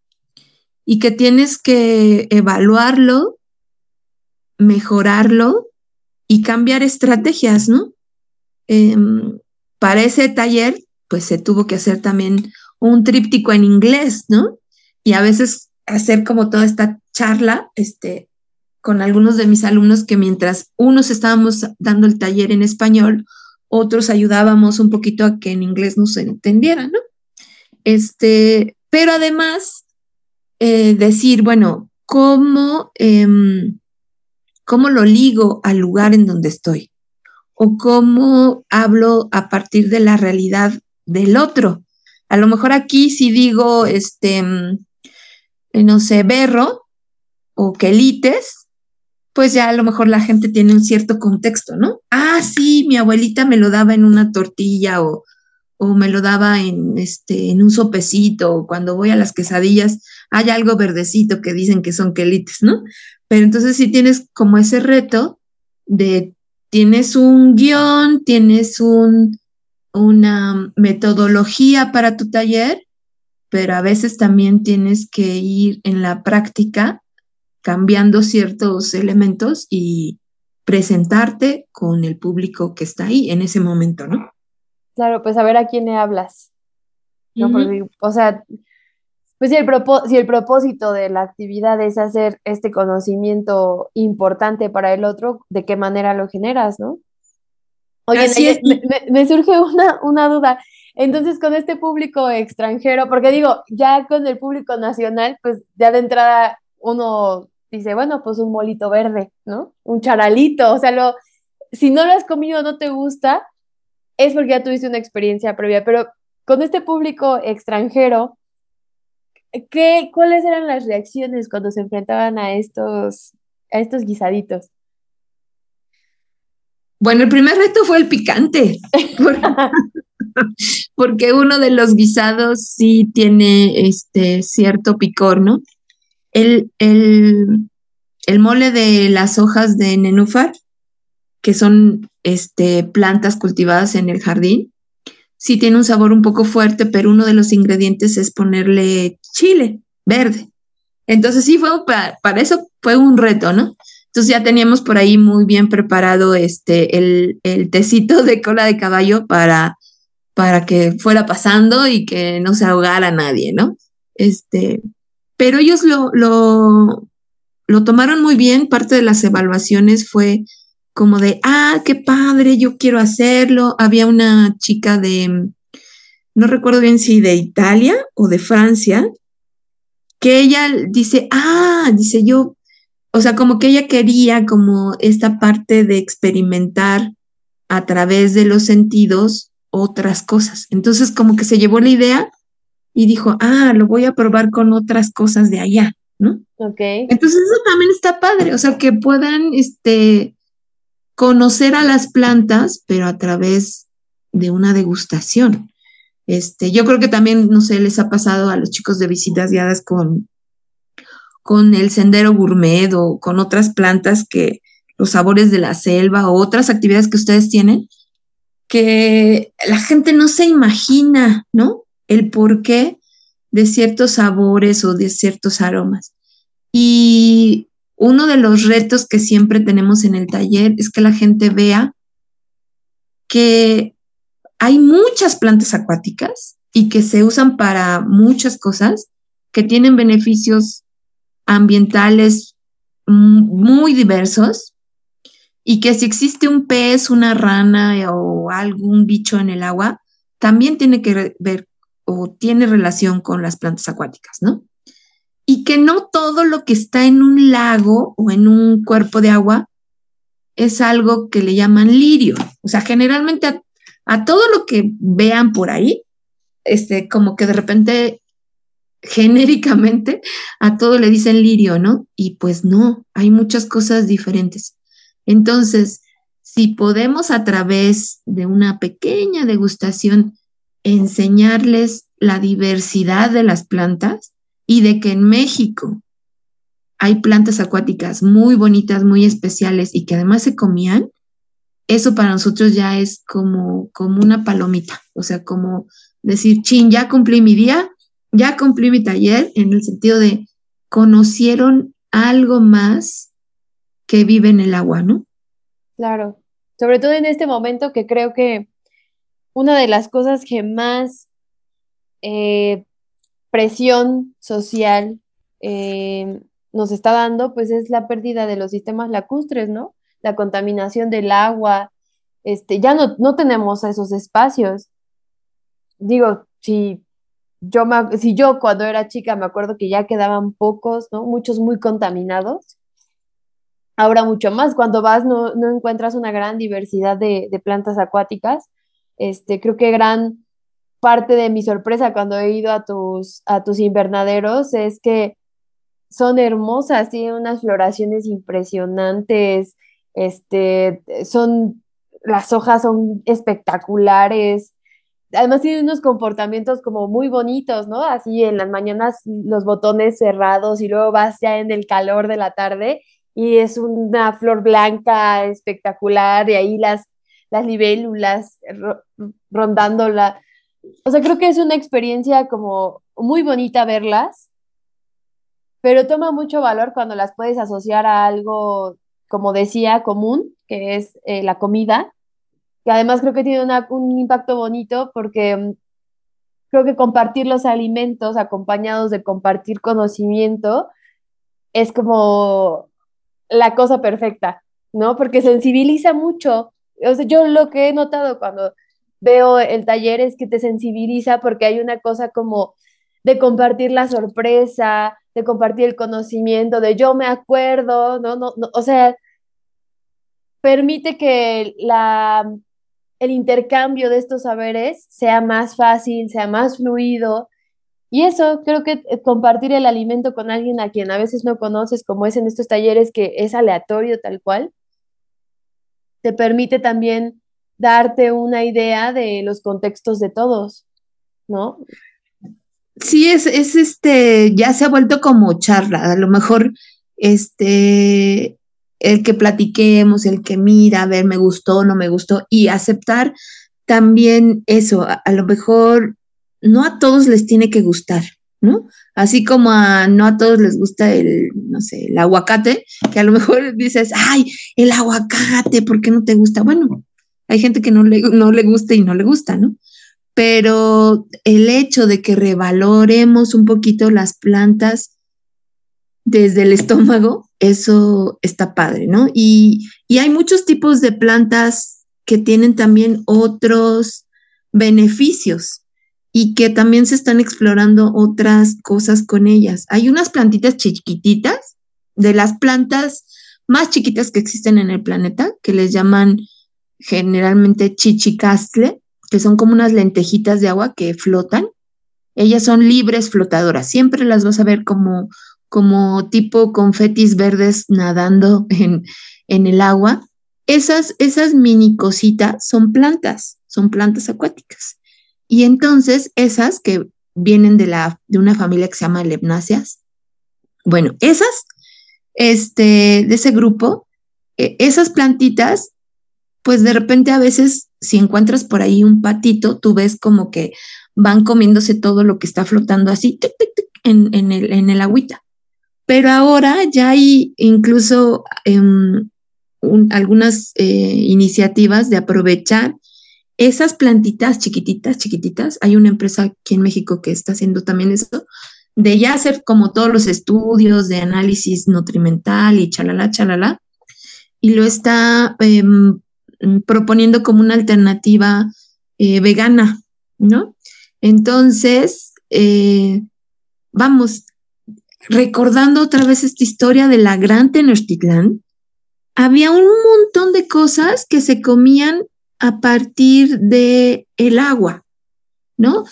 y que tienes que evaluarlo, mejorarlo y cambiar estrategias, ¿no? Eh, para ese taller, pues se tuvo que hacer también un tríptico en inglés, ¿no? Y a veces hacer como toda esta charla, este, con algunos de mis alumnos que mientras unos estábamos dando el taller en español, otros ayudábamos un poquito a que en inglés no se entendiera, ¿no? Este, pero además, eh, decir, bueno, ¿cómo, eh, ¿cómo lo ligo al lugar en donde estoy? ¿O cómo hablo a partir de la realidad del otro? A lo mejor aquí si digo, este, no sé, berro o quelites, pues ya a lo mejor la gente tiene un cierto contexto, ¿no? Ah, sí, mi abuelita me lo daba en una tortilla o, o me lo daba en, este, en un sopecito, o cuando voy a las quesadillas hay algo verdecito que dicen que son quelites, ¿no? Pero entonces sí tienes como ese reto de, tienes un guión, tienes un, una metodología para tu taller, pero a veces también tienes que ir en la práctica cambiando ciertos elementos y presentarte con el público que está ahí en ese momento, ¿no? Claro, pues a ver a quién le hablas, ¿no? Uh-huh. Porque, o sea, pues si el, propó- si el propósito de la actividad es hacer este conocimiento importante para el otro, ¿de qué manera lo generas, no? Oye, Naye, me, me, me surge una, una duda. Entonces, con este público extranjero, porque digo, ya con el público nacional, pues ya de entrada uno dice, bueno, pues un molito verde, ¿no? Un charalito, o sea, lo, si no lo has comido, no te gusta, es porque ya tuviste una experiencia previa, pero con este público extranjero, ¿qué, ¿cuáles eran las reacciones cuando se enfrentaban a estos, a estos guisaditos? Bueno, el primer reto fue el picante, porque, porque uno de los guisados sí tiene este cierto picor, ¿no? El, el, el mole de las hojas de nenúfar, que son este, plantas cultivadas en el jardín, sí tiene un sabor un poco fuerte, pero uno de los ingredientes es ponerle chile verde. Entonces sí, fue para, para eso fue un reto, ¿no? Entonces ya teníamos por ahí muy bien preparado este, el, el tecito de cola de caballo para, para que fuera pasando y que no se ahogara nadie, ¿no? Este, pero ellos lo, lo, lo tomaron muy bien. Parte de las evaluaciones fue como de, ah, qué padre, yo quiero hacerlo. Había una chica de, no recuerdo bien si de Italia o de Francia, que ella dice, ah, dice yo, o sea, como que ella quería como esta parte de experimentar a través de los sentidos otras cosas. Entonces como que se llevó la idea y dijo, ah, lo voy a probar con otras cosas de allá, ¿no? Ok. Entonces eso también está padre, o sea, que puedan, este, conocer a las plantas, pero a través de una degustación. Este, yo creo que también, no sé, les ha pasado a los chicos de visitas guiadas con, con el sendero gourmet o con otras plantas que los sabores de la selva o otras actividades que ustedes tienen, que la gente no se imagina, ¿no? El porqué de ciertos sabores o de ciertos aromas. Y uno de los retos que siempre tenemos en el taller es que la gente vea que hay muchas plantas acuáticas y que se usan para muchas cosas, que tienen beneficios ambientales muy diversos, y que si existe un pez, una rana o algún bicho en el agua, también tiene que ver o tiene relación con las plantas acuáticas, ¿no? Y que no todo lo que está en un lago o en un cuerpo de agua es algo que le llaman lirio. O sea, generalmente a, a todo lo que vean por ahí, este, como que de repente, genéricamente, a todo le dicen lirio, ¿no? Y pues no, hay muchas cosas diferentes. Entonces, si podemos a través de una pequeña degustación enseñarles la diversidad de las plantas y de que en México hay plantas acuáticas muy bonitas, muy especiales y que además se comían, eso para nosotros ya es como, como una palomita, o sea, como decir, chin, ya cumplí mi día, ya cumplí mi taller, en el sentido de conocieron algo más que vive en el agua, ¿no? Claro, sobre todo en este momento que creo que una de las cosas que más eh, presión social eh, nos está dando, pues es la pérdida de los sistemas lacustres, ¿no? La contaminación del agua, este, ya no, no tenemos esos espacios. Digo, si yo, me ac- si yo cuando era chica me acuerdo que ya quedaban pocos, ¿no? Muchos muy contaminados. Ahora mucho más, cuando vas no, no encuentras una gran diversidad de, de plantas acuáticas. Este, creo que gran parte de mi sorpresa cuando he ido a tus, a tus invernaderos es que son hermosas, tienen unas floraciones impresionantes, este, son, las hojas son espectaculares, además tienen unos comportamientos como muy bonitos, ¿no? Así en las mañanas los botones cerrados y luego vas ya en el calor de la tarde y es una flor blanca espectacular y ahí las, las libélulas ro- rondándola. O sea, creo que es una experiencia como muy bonita verlas, pero toma mucho valor cuando las puedes asociar a algo, como decía, común, que es eh, la comida, que además creo que tiene una- un impacto bonito porque mm, creo que compartir los alimentos acompañados de compartir conocimiento es como la cosa perfecta, ¿no? Porque sensibiliza mucho. O sea, yo lo que he notado cuando veo el taller es que te sensibiliza porque hay una cosa como de compartir la sorpresa, de compartir el conocimiento, de yo me acuerdo, ¿no? No, no, o sea, permite que la, el intercambio de estos saberes sea más fácil, sea más fluido. Y eso, creo que eh, compartir el alimento con alguien a quien a veces no conoces, como es en estos talleres que es aleatorio tal cual, te permite también darte una idea de los contextos de todos, ¿no? Sí, es, es este, ya se ha vuelto como charla, a lo mejor este, el que platiquemos, el que mira, a ver, me gustó, no me gustó, y aceptar también eso, a, a lo mejor no a todos les tiene que gustar, ¿no? Así como a no a todos les gusta el, no sé, el aguacate, que a lo mejor dices, ay, el aguacate, ¿por qué no te gusta? Bueno, hay gente que no le, no le gusta y no le gusta, ¿no? Pero el hecho de que revaloremos un poquito las plantas desde el estómago, eso está padre, ¿no? Y, y hay muchos tipos de plantas que tienen también otros beneficios y que también se están explorando otras cosas con ellas. Hay unas plantitas chiquititas, de las plantas más chiquitas que existen en el planeta, que les llaman generalmente chichicastle, que son como unas lentejitas de agua que flotan. Ellas son libres flotadoras, siempre las vas a ver como, como tipo confetis verdes nadando en, en el agua. Esas, esas mini cositas son plantas, son plantas acuáticas. Y entonces esas que vienen de, la, de una familia que se llama lepnáceas, bueno, esas, este, de ese grupo, eh, esas plantitas, pues de repente a veces si encuentras por ahí un patito, tú ves como que van comiéndose todo lo que está flotando así tic, tic, tic, en, en, el, en el agüita. Pero ahora ya hay incluso um, un, algunas eh, iniciativas de aprovechar esas plantitas chiquititas, chiquititas. Hay una empresa aquí en México que está haciendo también eso, de ya hacer como todos los estudios de análisis nutrimental y chalala, chalala, y lo está eh, proponiendo como una alternativa eh, vegana, ¿no? Entonces, eh, vamos, recordando otra vez esta historia de la Gran Tenochtitlán, había un montón de cosas que se comían a partir de el agua, ¿no?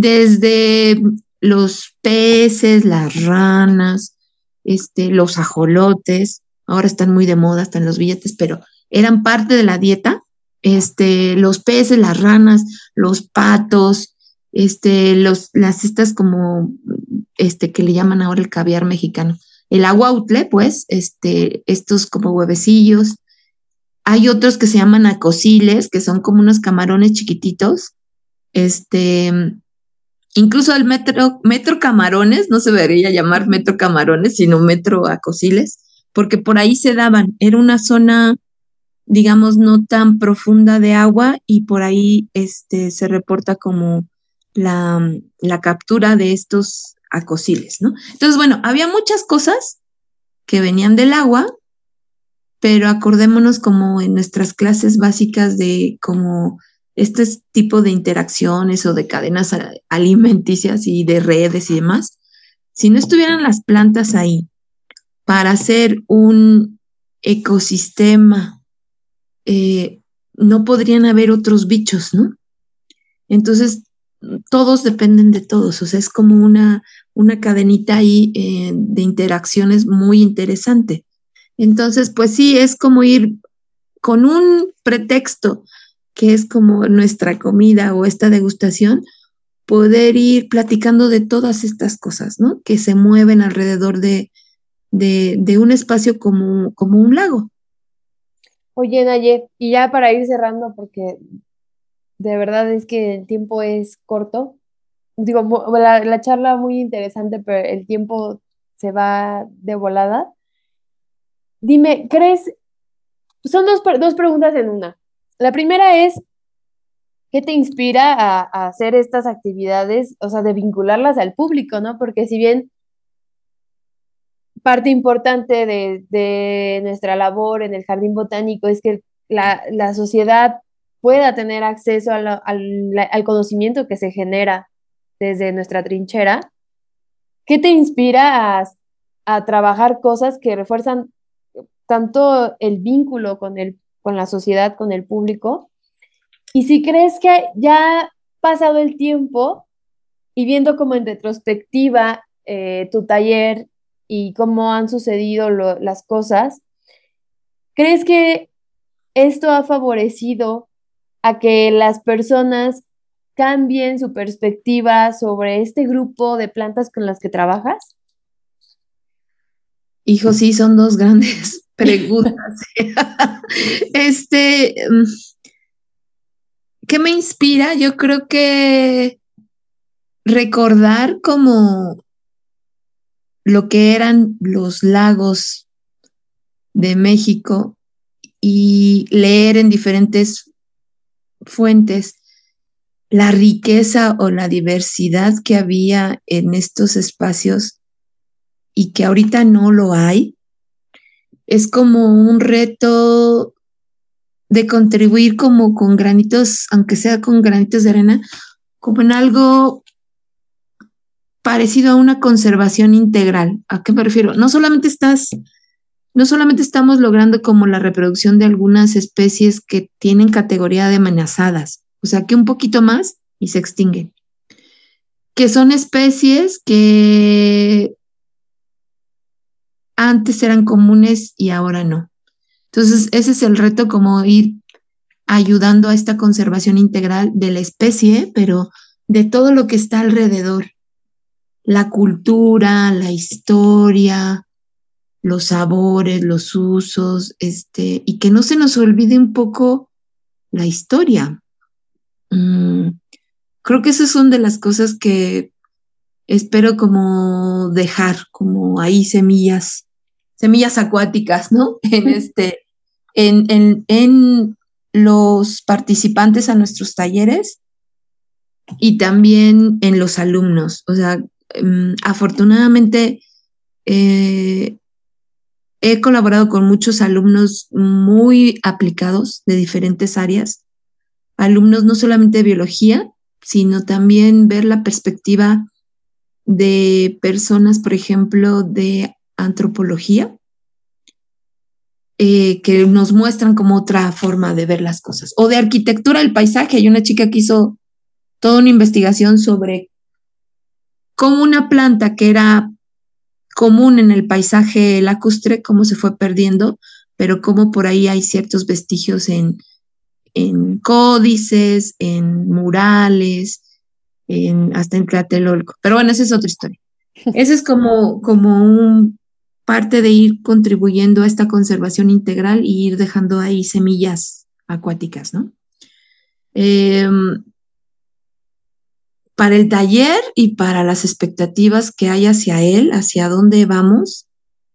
Desde los peces, las ranas, este, los ajolotes, ahora están muy de moda, están los billetes, pero eran parte de la dieta, este, los peces, las ranas, los patos, este, los, las estas como, este, que le llaman ahora el caviar mexicano, el aguautle, pues, este, estos como huevecillos. Hay otros que se llaman acosiles, que son como unos camarones chiquititos, este, incluso el metro, metro camarones, no se debería llamar metro camarones, sino metro acosiles, porque por ahí se daban, era una zona, digamos, no tan profunda de agua y por ahí este, se reporta como la, la captura de estos acosiles, ¿no? Entonces, bueno, había muchas cosas que venían del agua, pero acordémonos como en nuestras clases básicas de como este tipo de interacciones o de cadenas alimenticias y de redes y demás, si no estuvieran las plantas ahí para hacer un ecosistema, eh, no podrían haber otros bichos, ¿no? Entonces, todos dependen de todos, o sea, es como una, una cadenita ahí eh, de interacciones muy interesante. Entonces, pues sí, es como ir con un pretexto que es como nuestra comida o esta degustación, poder ir platicando de todas estas cosas, ¿no? Que se mueven alrededor de, de, de un espacio como, como un lago. Oye, Naye, y ya para ir cerrando, porque de verdad es que el tiempo es corto. Digo, mu- la, la charla muy interesante, pero el tiempo se va de volada. Dime, ¿crees? Son dos, pre- dos preguntas en una. La primera es, ¿qué te inspira a, a hacer estas actividades? O sea, de vincularlas al público, ¿no? Porque si bien parte importante de, de nuestra labor en el Jardín Botánico es que la, la sociedad pueda tener acceso a la- al, la- al conocimiento que se genera desde nuestra trinchera. ¿Qué te inspira a, a trabajar cosas que refuerzan tanto el vínculo con el, con la sociedad, con el público? Y si crees que ya pasado el tiempo y viendo como en retrospectiva eh, tu taller y cómo han sucedido lo- las cosas, ¿crees que esto ha favorecido a que las personas cambien su perspectiva sobre este grupo de plantas con las que trabajas? Hijo, sí, son dos grandes preguntas. Este, mm, ¿qué me inspira? Yo creo que recordar como lo que eran los lagos de México y leer en diferentes fuentes la riqueza o la diversidad que había en estos espacios y que ahorita no lo hay, es como un reto de contribuir como con granitos, aunque sea con granitos de arena, como en algo parecido a una conservación integral. ¿A qué me refiero? No solamente estás, no solamente estamos logrando como la reproducción de algunas especies que tienen categoría de amenazadas, o sea, que un poquito más y se extinguen, que son especies que antes eran comunes y ahora no. Entonces, ese es el reto, como ir ayudando a esta conservación integral de la especie, pero de todo lo que está alrededor, la cultura, la historia, los sabores, los usos, este, y que no se nos olvide un poco la historia. Mm, creo que esas son de las cosas que espero como dejar, como ahí semillas, semillas acuáticas, ¿no? En este, en, en, en los participantes a nuestros talleres y también en los alumnos. O sea, um, afortunadamente eh, he colaborado con muchos alumnos muy aplicados de diferentes áreas, alumnos no solamente de biología, sino también ver la perspectiva de personas, por ejemplo, de antropología, eh, que nos muestran como otra forma de ver las cosas. O de arquitectura del paisaje. Hay una chica que hizo toda una investigación sobre cómo una planta que era común en el paisaje lacustre, cómo se fue perdiendo, pero cómo por ahí hay ciertos vestigios en, en códices, en murales, en, hasta en Tlatelolco. Pero bueno, esa es otra historia. Esa es como, como un parte de ir contribuyendo a esta conservación integral y ir dejando ahí semillas acuáticas, ¿no? Eh, para el taller y para las expectativas que hay hacia él, hacia dónde vamos,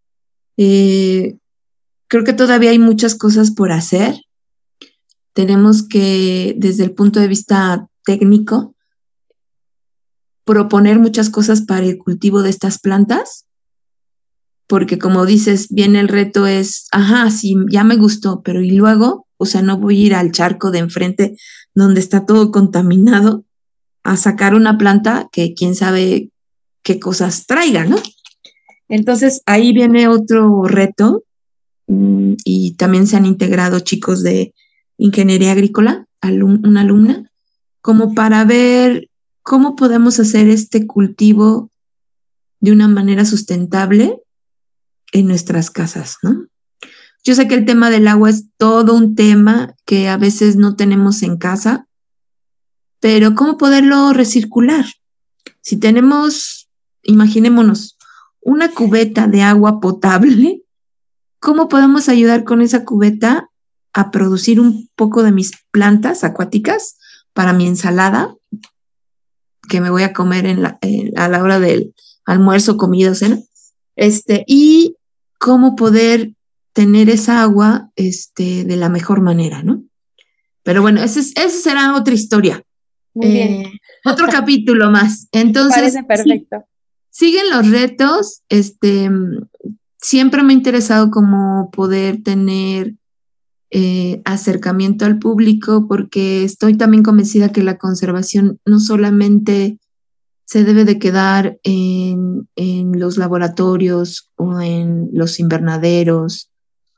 eh, creo que todavía hay muchas cosas por hacer. Tenemos que, desde el punto de vista técnico, proponer muchas cosas para el cultivo de estas plantas, porque como dices, bien el reto es, ajá, sí, ya me gustó, pero ¿y luego? O sea, no voy a ir al charco de enfrente donde está todo contaminado a sacar una planta que quién sabe qué cosas traiga, ¿no? Entonces, ahí viene otro reto mmm, y también se han integrado chicos de ingeniería agrícola, alum, una alumna, como para ver cómo podemos hacer este cultivo de una manera sustentable en nuestras casas, ¿no? Yo sé que el tema del agua es todo un tema que a veces no tenemos en casa, pero ¿cómo poderlo recircular? Si tenemos, imaginémonos, una cubeta de agua potable, ¿cómo podemos ayudar con esa cubeta a producir un poco de mis plantas acuáticas para mi ensalada que me voy a comer en la, eh, a la hora del almuerzo, comida, cena? Este, y cómo poder tener esa agua este, de la mejor manera, ¿no? Pero bueno, esa es, será otra historia. Muy eh, bien. Otro capítulo más. Entonces, parece perfecto. Sí, siguen los retos. Este, siempre me ha interesado como poder tener eh, acercamiento al público, porque estoy también convencida que la conservación no solamente se debe de quedar en, en los laboratorios o en los invernaderos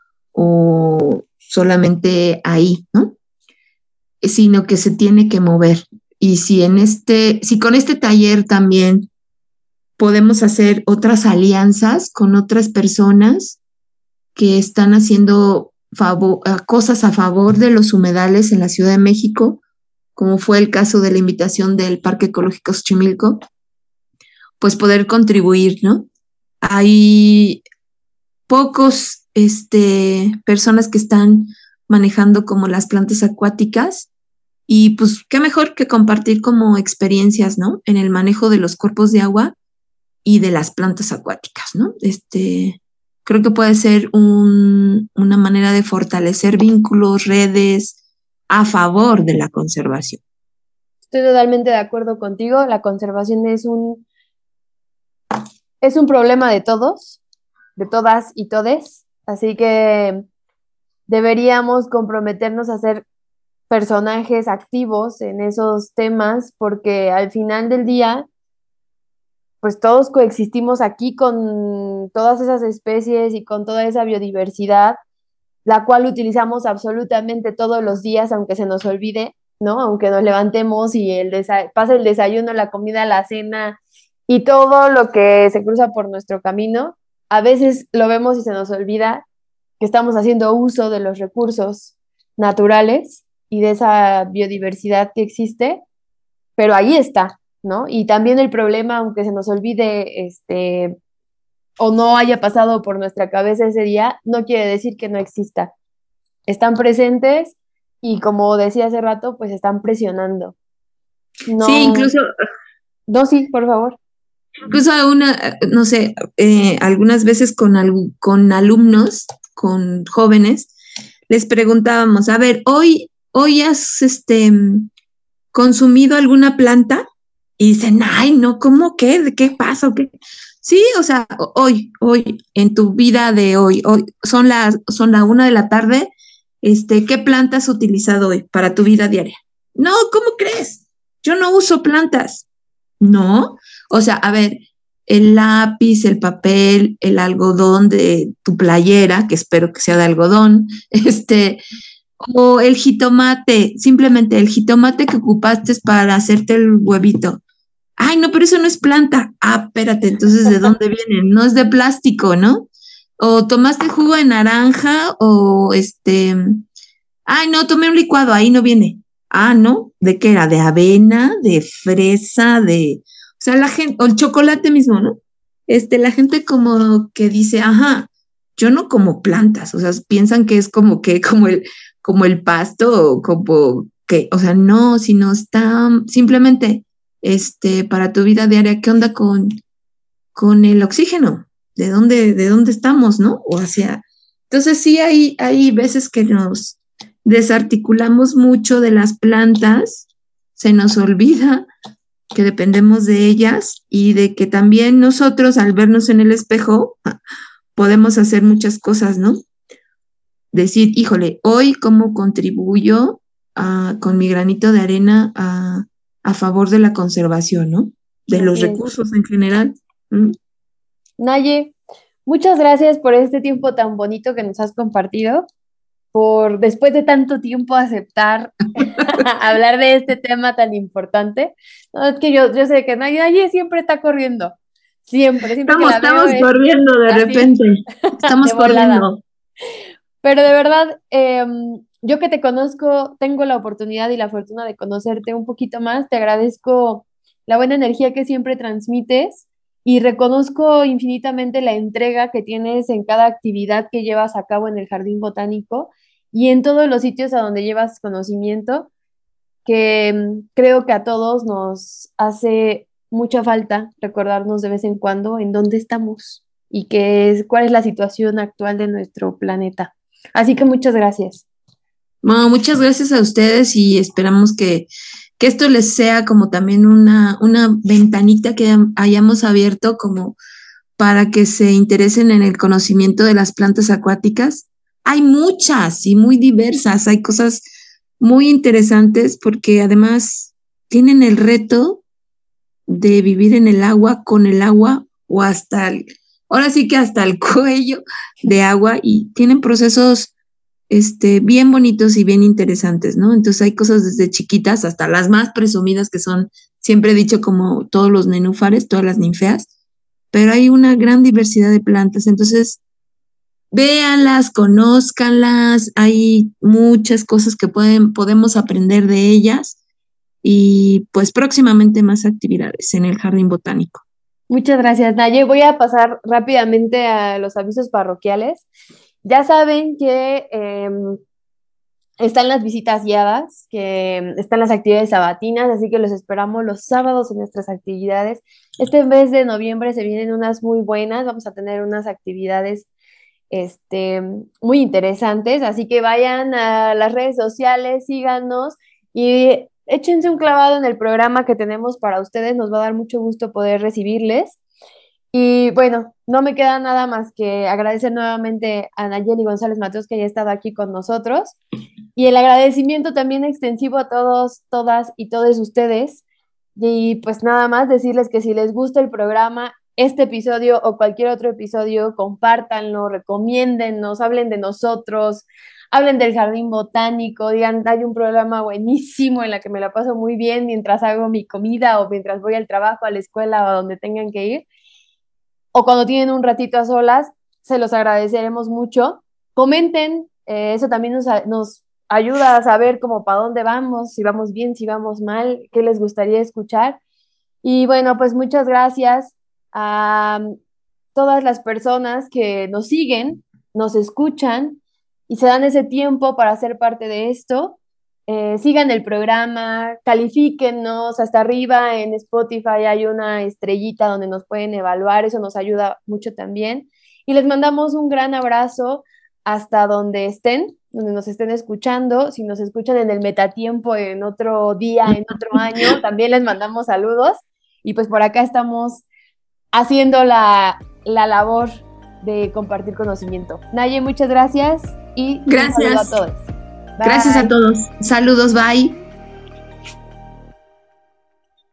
o solamente ahí, ¿no? Sino que se tiene que mover. Y si en este, si con este taller también podemos hacer otras alianzas con otras personas que están haciendo favor, cosas a favor de los humedales en la Ciudad de México, como fue el caso de la invitación del Parque Ecológico Xochimilco, pues poder contribuir, ¿no? Hay pocos este, personas que están manejando como las plantas acuáticas y pues qué mejor que compartir como experiencias, ¿no? En el manejo de los cuerpos de agua y de las plantas acuáticas, ¿no? Este, creo que puede ser un, una manera de fortalecer vínculos, redes a favor de la conservación. Estoy totalmente de acuerdo contigo. La conservación es un es un problema de todos, de todas y todes, así que deberíamos comprometernos a ser personajes activos en esos temas, porque al final del día, pues todos coexistimos aquí con todas esas especies y con toda esa biodiversidad, la cual utilizamos absolutamente todos los días, aunque se nos olvide, ¿no? Aunque nos levantemos y el desa- pase el desayuno, la comida, la cena y todo lo que se cruza por nuestro camino, a veces lo vemos y se nos olvida que estamos haciendo uso de los recursos naturales y de esa biodiversidad que existe, pero ahí está, ¿no? Y también el problema, aunque se nos olvide, este, o no haya pasado por nuestra cabeza ese día, no quiere decir que no exista. Están presentes y como decía hace rato, pues están presionando. Sí, No, incluso, no, sí, por favor. incluso a una, no sé, eh, algunas veces con, algu- con alumnos, con jóvenes, les preguntábamos, a ver, hoy, hoy has este, consumido alguna planta y dicen, ay, no, ¿cómo qué? ¿De qué pasa? ¿O qué? Sí, o sea, hoy, hoy, en tu vida de hoy, hoy, son las, son la una de la tarde, este, ¿qué planta has utilizado hoy para tu vida diaria? No, ¿cómo crees? Yo no uso plantas. No, o sea, a ver, el lápiz, el papel, el algodón de tu playera, que espero que sea de algodón, este, o el jitomate, simplemente el jitomate que ocupaste para hacerte el huevito. Ay, no, pero eso no es planta. Ah, espérate, entonces, ¿de dónde viene? No es de plástico, ¿no? O tomaste jugo de naranja o este, ay, no, tomé un licuado, ahí no viene. Ah, ¿no? ¿De qué era? ¿De avena? ¿De fresa? ¿De...? O sea, la gente, o el chocolate mismo, ¿no? Este, la gente como que dice, ajá, yo no como plantas, o sea, piensan que es como que, como el, como el pasto, o como que, o sea, no, sino está simplemente, este, para tu vida diaria, ¿qué onda con, con el oxígeno? ¿De dónde, de dónde estamos, no? O hacia... Entonces sí hay, hay veces que nos desarticulamos mucho de las plantas, se nos olvida que dependemos de ellas y de que también nosotros al vernos en el espejo podemos hacer muchas cosas, ¿no? Decir, híjole, hoy cómo contribuyo a, con mi granito de arena a, a favor de la conservación, ¿no? De los Así es. recursos en general. ¿Mm? Naye, muchas gracias por este tiempo tan bonito que nos has compartido, por después de tanto tiempo aceptar hablar de este tema tan importante. No, es que yo, yo sé que Naye, Naye siempre está corriendo, siempre, siempre que Estamos, la veo estamos es corriendo de así, repente, de estamos volada. corriendo. Pero de verdad, em, yo que te conozco, tengo la oportunidad y la fortuna de conocerte un poquito más. Te agradezco la buena energía que siempre transmites y reconozco infinitamente la entrega que tienes en cada actividad que llevas a cabo en el Jardín Botánico y en todos los sitios a donde llevas conocimiento, que em, creo que a todos nos hace mucha falta recordarnos de vez en cuando en dónde estamos y qué es, cuál es la situación actual de nuestro planeta. Así que muchas gracias. Bueno, muchas gracias a ustedes y esperamos que, que esto les sea como también una, una ventanita que hayamos abierto como para que se interesen en el conocimiento de las plantas acuáticas. Hay muchas y muy diversas, hay cosas muy interesantes porque además tienen el reto de vivir en el agua, con el agua o hasta el, ahora sí que hasta el cuello de agua y tienen procesos este, bien bonitos y bien interesantes, ¿no? Entonces hay cosas desde chiquitas hasta las más presumidas que son, siempre he dicho como todos los nenúfares, todas las ninfeas, pero hay una gran diversidad de plantas, entonces véanlas, conózcanlas, hay muchas cosas que pueden, podemos aprender de ellas y pues próximamente más actividades en el Jardín Botánico. Muchas gracias, Naye. Voy a pasar rápidamente a los avisos parroquiales. Ya saben que eh, están las visitas guiadas, que están las actividades sabatinas, así que los esperamos los sábados en nuestras actividades. Este mes de noviembre se vienen unas muy buenas, vamos a tener unas actividades este, muy interesantes, así que vayan a las redes sociales, síganos y échense un clavado en el programa que tenemos para ustedes, nos va a dar mucho gusto poder recibirles. Y bueno, no me queda nada más que agradecer nuevamente a Nayeli González Mateos que haya estado aquí con nosotros. Y el agradecimiento también extensivo a todos, todas y todos ustedes. Y pues nada más decirles que si les gusta el programa, este episodio o cualquier otro episodio, compártanlo, recomiéndennos, hablen de nosotros, hablen del Jardín Botánico, digan, hay un programa buenísimo en la que me la paso muy bien mientras hago mi comida o mientras voy al trabajo, a la escuela o a donde tengan que ir. O cuando tienen un ratito a solas, se los agradeceremos mucho. Comenten, eh, eso también nos, nos ayuda a saber cómo para dónde vamos, si vamos bien, si vamos mal, qué les gustaría escuchar. Y bueno, pues muchas gracias a todas las personas que nos siguen, nos escuchan y se dan ese tiempo para ser parte de esto. Eh, sigan el programa, califíquennos hasta arriba en Spotify, hay una estrellita donde nos pueden evaluar, eso nos ayuda mucho también. Y les mandamos un gran abrazo hasta donde estén, donde nos estén escuchando. Si nos escuchan en el metatiempo, en otro día, en otro año, también les mandamos saludos. Y pues por acá estamos haciendo la, la labor de compartir conocimiento. Naye, muchas gracias y gracias. un saludo a todos. Bye. Gracias a todos. Saludos, bye.